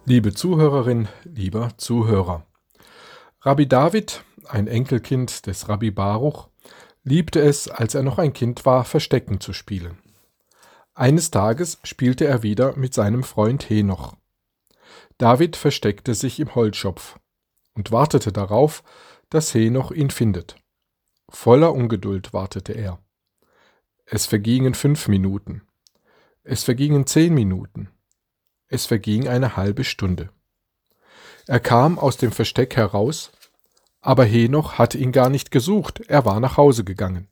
Liebe Zuhörerin, lieber Zuhörer. Rabbi David, ein Enkelkind des Rabbi Baruch, liebte es, als er noch ein Kind war, Verstecken zu spielen. Eines Tages spielte er wieder mit seinem Freund Henoch. David versteckte sich im Holzschopf und wartete darauf, dass Henoch ihn findet. Voller Ungeduld wartete er. Es vergingen 5 Minuten. Es vergingen 10 Minuten. Es verging eine halbe Stunde. Er kam aus dem Versteck heraus, aber Henoch hatte ihn gar nicht gesucht, er war nach Hause gegangen.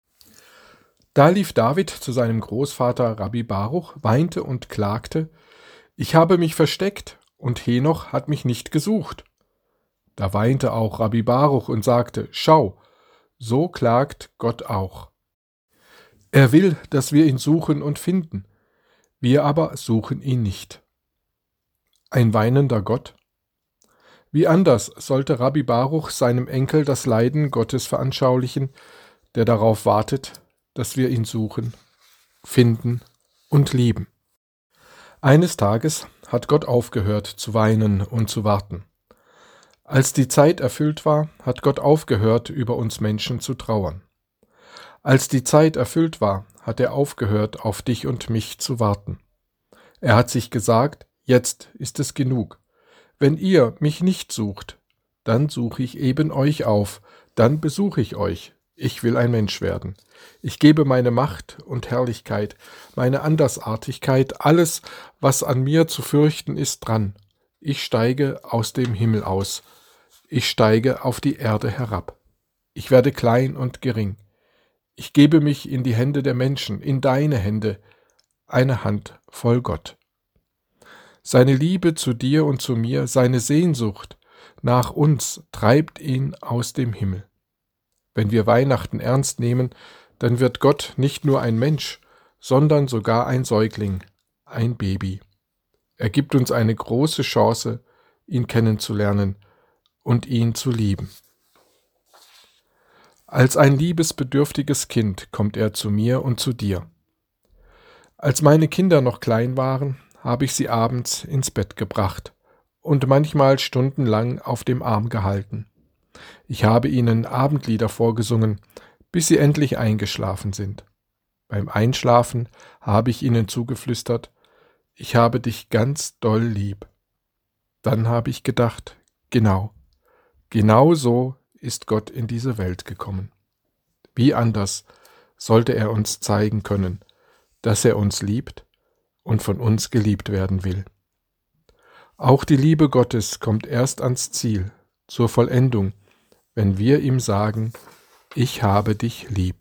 Da lief David zu seinem Großvater Rabbi Baruch, weinte und klagte: Ich habe mich versteckt, und Henoch hat mich nicht gesucht. Da weinte auch Rabbi Baruch und sagte: Schau, so klagt Gott auch. Er will, dass wir ihn suchen und finden, wir aber suchen ihn nicht. Ein weinender Gott? Wie anders sollte Rabbi Baruch seinem Enkel das Leiden Gottes veranschaulichen, der darauf wartet, dass wir ihn suchen, finden und lieben. Eines Tages hat Gott aufgehört zu weinen und zu warten. Als die Zeit erfüllt war, hat Gott aufgehört, über uns Menschen zu trauern. Als die Zeit erfüllt war, hat er aufgehört, auf dich und mich zu warten. Er hat sich gesagt: Jetzt ist es genug. Wenn ihr mich nicht sucht, dann suche ich eben euch auf, dann besuche ich euch. Ich will ein Mensch werden. Ich gebe meine Macht und Herrlichkeit, meine Andersartigkeit, alles, was an mir zu fürchten ist, dran. Ich steige aus dem Himmel aus. Ich steige auf die Erde herab. Ich werde klein und gering. Ich gebe mich in die Hände der Menschen, in deine Hände, eine Hand voll Gott. Seine Liebe zu dir und zu mir, seine Sehnsucht nach uns treibt ihn aus dem Himmel. Wenn wir Weihnachten ernst nehmen, dann wird Gott nicht nur ein Mensch, sondern sogar ein Säugling, ein Baby. Er gibt uns eine große Chance, ihn kennenzulernen und ihn zu lieben. Als ein liebesbedürftiges Kind kommt er zu mir und zu dir. Als meine Kinder noch klein waren, habe ich sie abends ins Bett gebracht und manchmal stundenlang auf dem Arm gehalten. Ich habe ihnen Abendlieder vorgesungen, bis sie endlich eingeschlafen sind. Beim Einschlafen habe ich ihnen zugeflüstert: Ich habe dich ganz doll lieb. Dann habe ich gedacht: genau so ist Gott in diese Welt gekommen. Wie anders sollte er uns zeigen können, dass er uns liebt und von uns geliebt werden will. Auch die Liebe Gottes kommt erst ans Ziel, zur Vollendung, wenn wir ihm sagen: Ich habe dich lieb.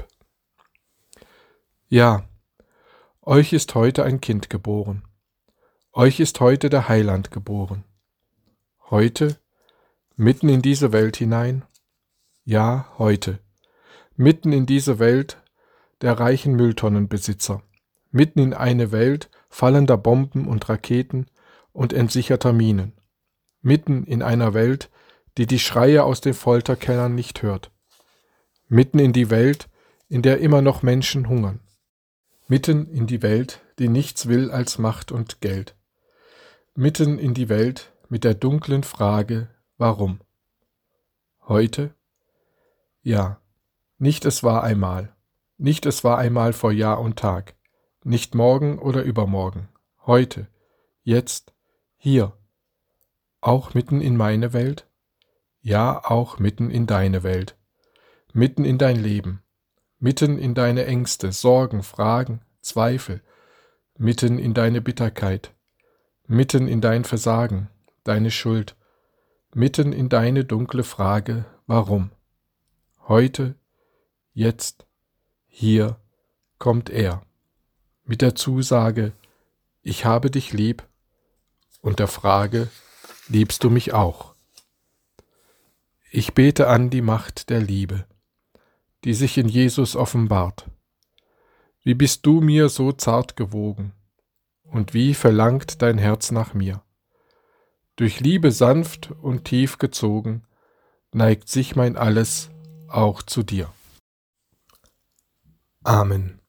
Ja, euch ist heute ein Kind geboren. Euch ist heute der Heiland geboren. Heute, mitten in diese Welt hinein? Ja, heute. Mitten in diese Welt der reichen Mülltonnenbesitzer. Mitten in eine Welt fallender Bomben und Raketen und entsicherter Minen. Mitten in einer Welt, die die Schreie aus den Folterkellern nicht hört. Mitten in die Welt, in der immer noch Menschen hungern. Mitten in die Welt, die nichts will als Macht und Geld. Mitten in die Welt mit der dunklen Frage: Warum? Heute? Ja, nicht es war einmal. Nicht es war einmal vor Jahr und Tag. Nicht morgen oder übermorgen. Heute. Jetzt. Hier. Auch mitten in meine Welt? Ja, auch mitten in deine Welt. Mitten in dein Leben. Mitten in deine Ängste, Sorgen, Fragen, Zweifel. Mitten in deine Bitterkeit. Mitten in dein Versagen, deine Schuld. Mitten in deine dunkle Frage: Warum? Heute, jetzt, hier kommt er. Mit der Zusage: Ich habe dich lieb, und der Frage: Liebst du mich auch? Ich bete an die Macht der Liebe, die sich in Jesus offenbart. Wie bist du mir so zart gewogen, und wie verlangt dein Herz nach mir? Durch Liebe sanft und tief gezogen, neigt sich mein Alles auch zu dir. Amen.